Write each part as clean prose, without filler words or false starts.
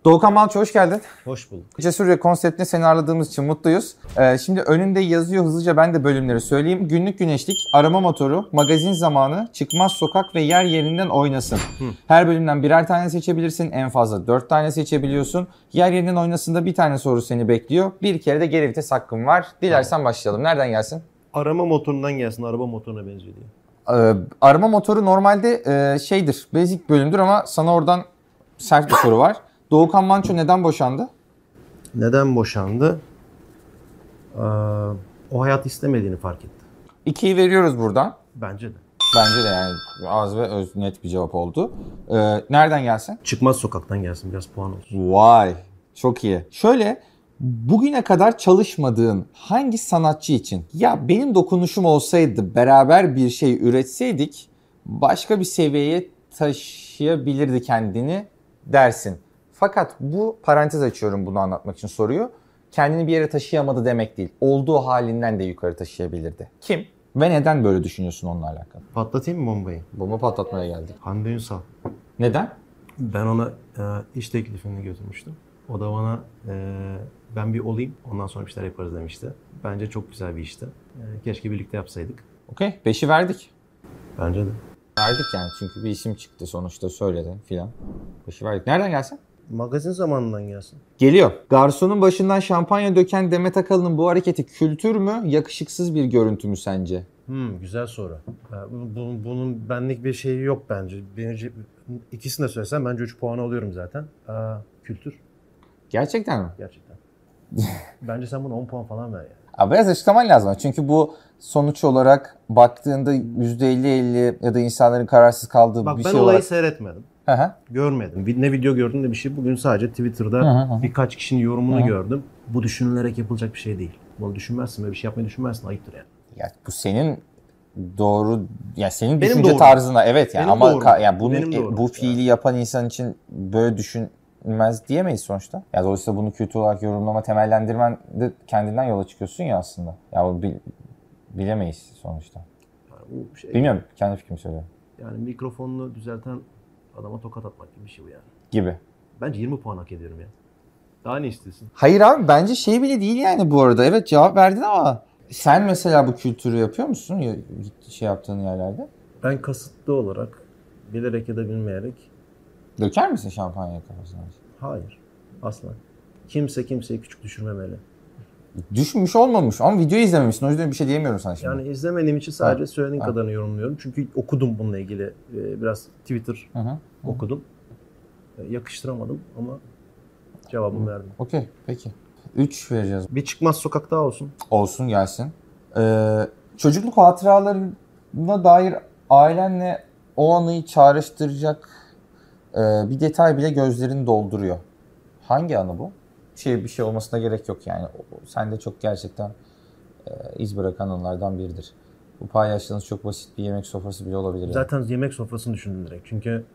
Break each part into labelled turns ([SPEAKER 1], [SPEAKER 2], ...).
[SPEAKER 1] Doğukan Malço, hoş geldin.
[SPEAKER 2] Hoş bulduk.
[SPEAKER 1] Cesur konseptini seni ağırladığımız için mutluyuz. Şimdi önünde yazıyor, hızlıca ben de bölümleri söyleyeyim. Günlük güneşlik, arama motoru, magazin zamanı, çıkmaz sokak ve yer yerinden oynasın. Her bölümden birer tane seçebilirsin. En fazla 4 tane seçebiliyorsun. Yer yerinden oynasında bir tane soru seni bekliyor. Bir kere de geri vites hakkın var. Dilersen başlayalım. Nereden gelsin?
[SPEAKER 2] Arama motorundan gelsin. Araba motoruna benziyor diye.
[SPEAKER 1] Arama motoru normalde şeydir, basic bölümdür ama sana oradan sert bir soru var. Doğukan Manço neden boşandı?
[SPEAKER 2] Neden boşandı? O hayat istemediğini fark etti.
[SPEAKER 1] 2'yi veriyoruz buradan.
[SPEAKER 2] Bence de.
[SPEAKER 1] Bence de yani az ve öz net bir cevap oldu. Nereden gelsin?
[SPEAKER 2] Çıkmaz sokaktan gelsin. Biraz puan olsun.
[SPEAKER 1] Vay, çok iyi. Şöyle, bugüne kadar çalışmadığın hangi sanatçı için ya benim dokunuşum olsaydı beraber bir şey üretseydik başka bir seviyeye taşıyabilirdi kendini dersin. Fakat bu, parantez açıyorum bunu anlatmak için soruyu, kendini bir yere taşıyamadı demek değil. Olduğu halinden de yukarı taşıyabilirdi. Kim? Ve neden böyle düşünüyorsun onunla alakalı?
[SPEAKER 2] Patlatayım mı bombayı?
[SPEAKER 1] Bomba patlatmaya geldik.
[SPEAKER 2] Hande Ünsal.
[SPEAKER 1] Neden?
[SPEAKER 2] Ben ona iş teklifini götürmüştüm. O da bana ben bir olayım ondan sonra bir şeyler yaparız demişti. Bence çok güzel bir işti. Keşke birlikte yapsaydık.
[SPEAKER 1] Okey. 5'i verdik.
[SPEAKER 2] Bence de.
[SPEAKER 1] Verdik yani çünkü bir isim çıktı sonuçta söyledin filan. 5'i verdik. Nereden gelsin?
[SPEAKER 2] Magazin zamanından gelsin.
[SPEAKER 1] Geliyor. Garsonun başından şampanya döken Demet Akalın'ın bu hareketi kültür mü, yakışıksız bir görüntü mü sence?
[SPEAKER 2] Güzel soru. Bunun benlik bir şeyi yok bence. İkisini de söylesem bence 3 puan alıyorum zaten. Kültür.
[SPEAKER 1] Gerçekten mi?
[SPEAKER 2] Gerçekten. Bence sen buna 10 puan falan ver yani.
[SPEAKER 1] Abi biraz açıklaman lazım. Çünkü bu sonuç olarak baktığında %50-50 ya da insanların kararsız kaldığı
[SPEAKER 2] Bak,
[SPEAKER 1] bir
[SPEAKER 2] ben
[SPEAKER 1] şey
[SPEAKER 2] olayı
[SPEAKER 1] olarak...
[SPEAKER 2] seyretmedim.
[SPEAKER 1] Hı.
[SPEAKER 2] Görmedim. Ne video gördüm ne bir şey. Bugün sadece Twitter'da birkaç kişinin yorumunu gördüm. Bu düşünülerek yapılacak bir şey değil. Bunu düşünmezsin ve bir şey yapmayı düşünmezsin. Ayıptır yani.
[SPEAKER 1] Ya bu senin doğru, ya senin
[SPEAKER 2] Benim
[SPEAKER 1] düşünce
[SPEAKER 2] doğru.
[SPEAKER 1] tarzına evet yani,
[SPEAKER 2] Benim
[SPEAKER 1] ama
[SPEAKER 2] doğru.
[SPEAKER 1] yani bunu
[SPEAKER 2] Benim doğru.
[SPEAKER 1] bu fiili yapan insan için böyle düşünmez diyemeyiz sonuçta. Ya dolayısıyla bunu kötü olarak yorumlama, temellendirmen de kendinden yola çıkıyorsun ya aslında. Ya bunu bilemeyiz sonuçta.
[SPEAKER 2] Yani bu şey,
[SPEAKER 1] Bilmiyorum, kendi fikrimi söylüyorum.
[SPEAKER 2] yani mikrofonunu düzelten adama tokat atmak gibi bir şey bu yani.
[SPEAKER 1] Gibi.
[SPEAKER 2] Bence 20 puan hak ediyorum ya. Daha ne istiyorsun?
[SPEAKER 1] Hayır abi, bence şey bile değil yani bu arada. Evet, cevap verdin ama sen mesela bu kültürü yapıyor musun şey yaptığın yerlerde?
[SPEAKER 2] Ben kasıtlı olarak, bilerek ya da bilmeyerek,
[SPEAKER 1] Döker misin şampanya kafasına?
[SPEAKER 2] hayır. Asla. Kimse kimseyi küçük düşürmemeli.
[SPEAKER 1] Düşmüş olmamış ama video izlememişsin. O yüzden bir şey diyemiyorum sana şimdi.
[SPEAKER 2] Yani izlemediğim için sadece söylediğin kadarını yorumluyorum. Çünkü okudum bununla ilgili. Biraz Twitter okudum. Yakıştıramadım ama cevabımı verdim.
[SPEAKER 1] Okey, peki. 3 vereceğiz.
[SPEAKER 2] Bir çıkmaz sokak daha olsun.
[SPEAKER 1] Olsun, gelsin. Çocukluk hatıralarına dair ailenle o anıyı çağrıştıracak bir detay bile gözlerini dolduruyor. Hangi anı bu? Bir şey olmasına gerek yok yani. Sende çok gerçekten iz bırakan anılardan biridir. Bu paylaştığınız çok basit bir yemek sofrası bile olabilir.
[SPEAKER 2] Zaten yemek sofrasını düşündüm direkt. Çünkü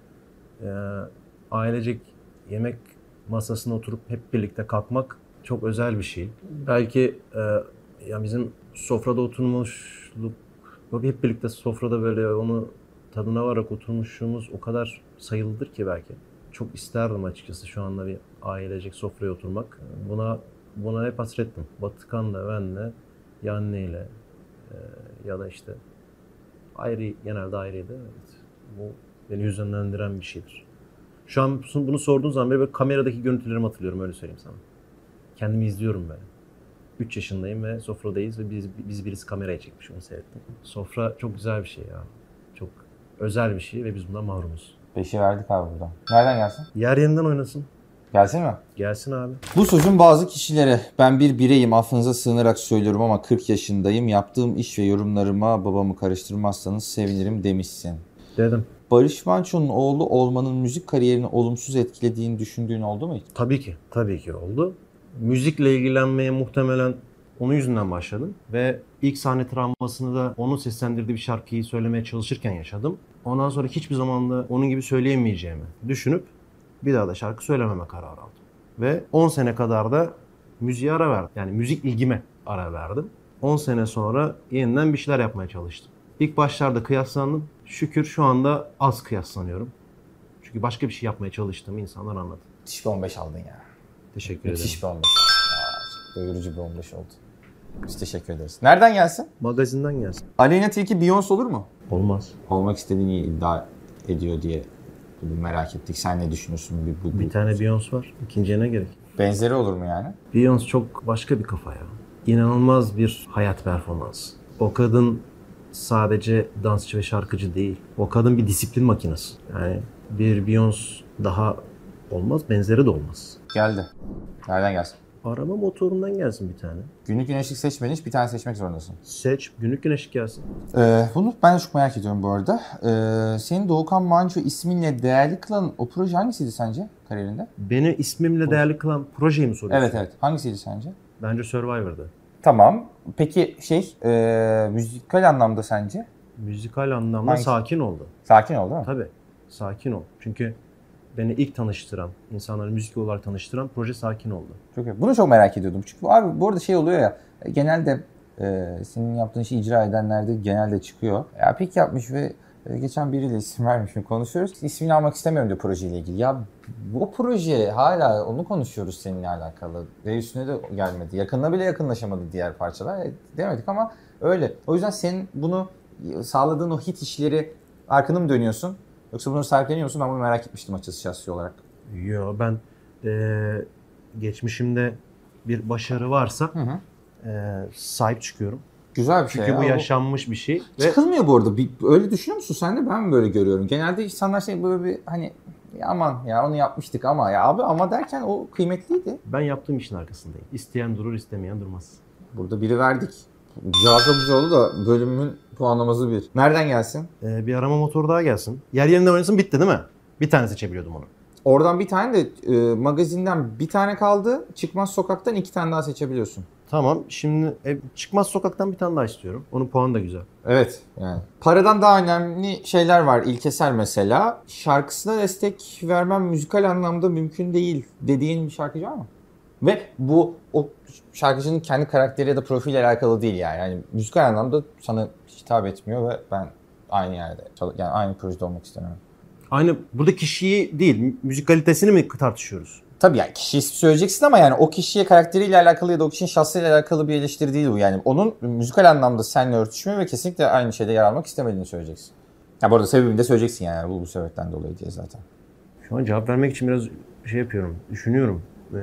[SPEAKER 2] ailecek yemek masasına oturup hep birlikte kalkmak çok özel bir şey. Belki ya bizim sofrada oturmuşluk, hep birlikte sofrada böyle onu tadına vararak oturmuşluğumuz o kadar sayılıdır ki belki. Çok isterdim açıkçası şu anda bir ailecek sofraya oturmak. Buna hep hasrettim. Batıkan'la, benle, Yanne'yle ya da işte genelde ayrıydı. Evet. Bu beni hüzünlendiren bir şeydir. Şu an bunu sorduğun zaman böyle kameradaki görüntülerimi hatırlıyorum, öyle söyleyeyim sana. Kendimi izliyorum böyle. 3 yaşındayım ve sofradayız ve biz birisi kameraya çekmiş, onu seyrettim. Sofra çok güzel bir şey ya. Çok özel bir şey ve biz bundan mahrumuz.
[SPEAKER 1] 5'i verdik abi buradan. Nereden gelsin?
[SPEAKER 2] Yer yerinden oynasın.
[SPEAKER 1] Gelsin mi?
[SPEAKER 2] Gelsin abi.
[SPEAKER 1] Bu sözün bazı kişilere, ben bir bireyim, affınıza sığınarak söylüyorum ama 40 yaşındayım. Yaptığım iş ve yorumlarıma babamı karıştırmazsanız sevinirim demişsin.
[SPEAKER 2] Dedim.
[SPEAKER 1] Barış Manço'nun oğlu olmanın müzik kariyerini olumsuz etkilediğini düşündüğün oldu mu hiç?
[SPEAKER 2] Tabii ki. Tabii ki oldu. Müzikle ilgilenmeye muhtemelen onun yüzünden başladım. Ve ilk sahne travmasını da onun seslendirdiği bir şarkıyı söylemeye çalışırken yaşadım. Ondan sonra hiçbir zaman da onun gibi söyleyemeyeceğimi düşünüp bir daha da şarkı söylememe kararı aldım. Ve 10 sene kadar da müziğe ara verdim. Yani müzik ilgime ara verdim. 10 sene sonra yeniden bir şeyler yapmaya çalıştım. İlk başlarda kıyaslandım. Şükür şu anda az kıyaslanıyorum. Çünkü başka bir şey yapmaya çalıştığımı insanlar anladı.
[SPEAKER 1] Müthiş bir 15 aldın ya.
[SPEAKER 2] Teşekkür ederim.
[SPEAKER 1] Müthiş bir 15. Çok doyurucu bir 15 oldu. Biz teşekkür ederiz. Nereden gelsin?
[SPEAKER 2] Magazinden gelsin.
[SPEAKER 1] Aleyna Tilki Beyoncé olur mu?
[SPEAKER 2] Olmaz.
[SPEAKER 1] Olmak istediğini iddia ediyor diye merak ettik. Sen ne düşünüyorsun?
[SPEAKER 2] Bir tane Beyoncé var. İkinciye ne gerek?
[SPEAKER 1] Benzeri olur mu yani?
[SPEAKER 2] Beyoncé çok başka bir kafa ya. İnanılmaz bir hayat performansı. O kadın sadece dansçı ve şarkıcı değil. O kadın bir disiplin makinesi. Yani bir Beyoncé daha olmaz, benzeri de olmaz.
[SPEAKER 1] Geldi. Nereden gelsin?
[SPEAKER 2] Arama motorundan gelsin bir tane.
[SPEAKER 1] Günlük güneşlik seçmedin, hiç bir tane seçmek zorundasın.
[SPEAKER 2] Seç, günlük güneşlik gelsin.
[SPEAKER 1] Bunu ben de çok merak ediyorum bu arada. Senin Doğukan Manço isminle değerli kılan o proje hangisiydi sence kariyerinde?
[SPEAKER 2] Beni ismimle değerli kılan projeyi mi soruyorsun?
[SPEAKER 1] Evet evet. Hangisiydi sence?
[SPEAKER 2] Bence Survivor'dı.
[SPEAKER 1] Tamam. Peki müzikal anlamda sence?
[SPEAKER 2] Müzikal anlamda
[SPEAKER 1] Hangisi?
[SPEAKER 2] sakin oldu.
[SPEAKER 1] Sakin ol değil mi?
[SPEAKER 2] Tabii, sakin ol. Çünkü beni ilk tanıştıran, insanları müzik olarak tanıştıran proje Sakin oldu.
[SPEAKER 1] Çok iyi. Bunu çok merak ediyordum. Çünkü abi bu arada şey oluyor ya, genelde senin yaptığın işi icra edenlerde genelde çıkıyor. Ya pek yapmış ve geçen biriyle isim vermişim, konuşuyoruz. İsmini almak istemiyorum diyor projeyle ilgili. Ya bu proje hala onu konuşuyoruz seninle alakalı. Ve üstüne de gelmedi. Yakınına bile yakınlaşamadı diğer parçalar. Demedik ama öyle. O yüzden senin bunu sağladığın o hit işleri arkana mı dönüyorsun? Yoksa bunu sahipleniyor musun? Ben bunu merak etmiştim açıkçası şahsi olarak.
[SPEAKER 2] Yo, ben geçmişimde bir başarı varsa sahip çıkıyorum.
[SPEAKER 1] Güzel bir şey.
[SPEAKER 2] Çünkü bu
[SPEAKER 1] ya.
[SPEAKER 2] yaşanmış bir şey. Ve
[SPEAKER 1] Çıkılmıyor bu arada. Öyle düşünüyor musun sen de? Ben mi böyle görüyorum? Genelde insanlar şey böyle bir hani ya aman ya onu yapmıştık ama ya abi ama derken o kıymetliydi.
[SPEAKER 2] ben yaptığım işin arkasındayım. İsteyen durur, istemeyen durmaz.
[SPEAKER 1] Burada biri verdik. Cevap çok güzel oldu da bölümün puanlaması bir. Nereden gelsin?
[SPEAKER 2] Bir arama motoru daha gelsin. Yer yerinde oynasın, bitti değil mi? Bir tane seçebiliyordum onu.
[SPEAKER 1] Oradan bir tane de magazinden bir tane kaldı. Çıkmaz Sokak'tan 2 tane daha seçebiliyorsun.
[SPEAKER 2] Tamam, şimdi Çıkmaz Sokak'tan bir tane daha istiyorum. Onun puanı da güzel.
[SPEAKER 1] Evet yani. Paradan daha önemli şeyler var. İlkesel mesela. Şarkısına destek vermem müzikal anlamda mümkün değil dediğin bir şarkıcı var mı? Ve bu o şarkıcının kendi karakteri ya da profiliyle alakalı değil yani. Yani müzikal anlamda sana hitap etmiyor ve ben aynı yerde, yani aynı projede olmak istemiyorum.
[SPEAKER 2] Aynı burada kişiyi değil, müzikalitesini mi tartışıyoruz?
[SPEAKER 1] Tabii yani kişiyi söyleyeceksin ama yani o kişiye karakteriyle alakalı ya da o kişinin şahsıyla alakalı bir eleştiri değil bu. Yani onun müzikal anlamda seninle örtüşmüyor ve kesinlikle aynı şeyde yer almak istemediğini söyleyeceksin. Ya bu arada sebebini de söyleyeceksin yani bu sebepten dolayı diye zaten.
[SPEAKER 2] Şu an cevap vermek için biraz şey yapıyorum, düşünüyorum.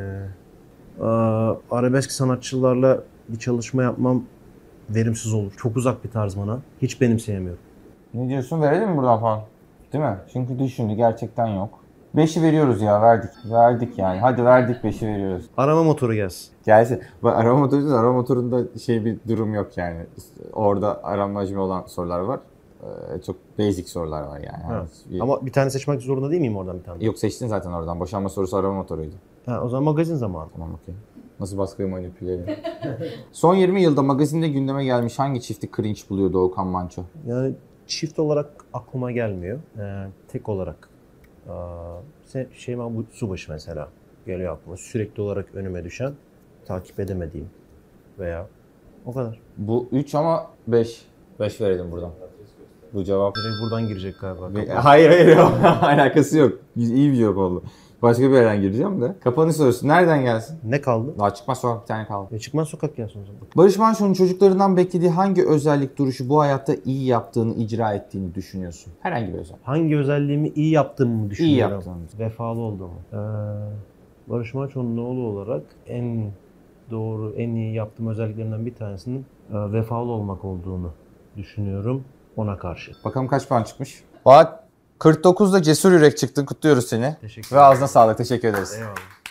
[SPEAKER 2] Arabesk sanatçılarla bir çalışma yapmam verimsiz olur. Çok uzak bir tarz bana. Hiç benimseyemiyorum.
[SPEAKER 1] Ne diyorsun, verelim mi buradan falan? Değil mi? Çünkü düşündü gerçekten yok. 5'i veriyoruz ya, verdik. Verdik yani. Hadi verdik 5'i veriyoruz.
[SPEAKER 2] Arama motoru gelsin.
[SPEAKER 1] Gelsin. Bak arama motorunda şey bir durum yok yani. Orada aramacı olan sorular var. Çok basic sorular var yani.
[SPEAKER 2] Ama bir tane seçmek zorunda değil miyim oradan bir tane?
[SPEAKER 1] Yok, seçtin zaten oradan. Boşanma sorusu arama motoruydu.
[SPEAKER 2] O zaman magazin zamanı.
[SPEAKER 1] Tamam, okey. Nasıl baskıyı manipüle ediyor. Son 20 yılda magazinde gündeme gelmiş hangi çifti cringe buluyor Doğukan Manço?
[SPEAKER 2] Yani çift olarak aklıma gelmiyor. Tek olarak Şeyma Subaşı mesela geliyor aklıma. Sürekli olarak önüme düşen, takip edemediğim veya o kadar.
[SPEAKER 1] Bu 3 ama 5. 5 verelim buradan. Bu cevap.
[SPEAKER 2] Direkt buradan girecek galiba.
[SPEAKER 1] Hayır yok. Alakası yok. İyi bir cevap oldu. Başka bir yerden gireceğim de. Kapanış sorusu nereden gelsin?
[SPEAKER 2] Ne kaldı?
[SPEAKER 1] Daha Çıkmaz Sokak bir tane kaldı.
[SPEAKER 2] Çıkmaz Sokak gelsin o zaman.
[SPEAKER 1] Barış Manço'nun çocuklarından beklediği hangi özellik, duruşu bu hayatta iyi yaptığını, icra ettiğini düşünüyorsun? Herhangi bir özellik.
[SPEAKER 2] Hangi özelliğimi iyi yaptığımı düşünüyorum.
[SPEAKER 1] İyi yaptığını.
[SPEAKER 2] Vefalı olduğumu. Barış Manço'nun oğlu olarak en doğru, en iyi yaptığım özelliklerinden bir tanesinin vefalı olmak olduğunu düşünüyorum ona karşı.
[SPEAKER 1] Bakalım kaç puan çıkmış? Valla 49'da cesur yürek çıktın. Kutluyoruz seni.
[SPEAKER 2] Teşekkür
[SPEAKER 1] Ve ağzına sağlık. Teşekkür ederiz.
[SPEAKER 2] Eyvallah.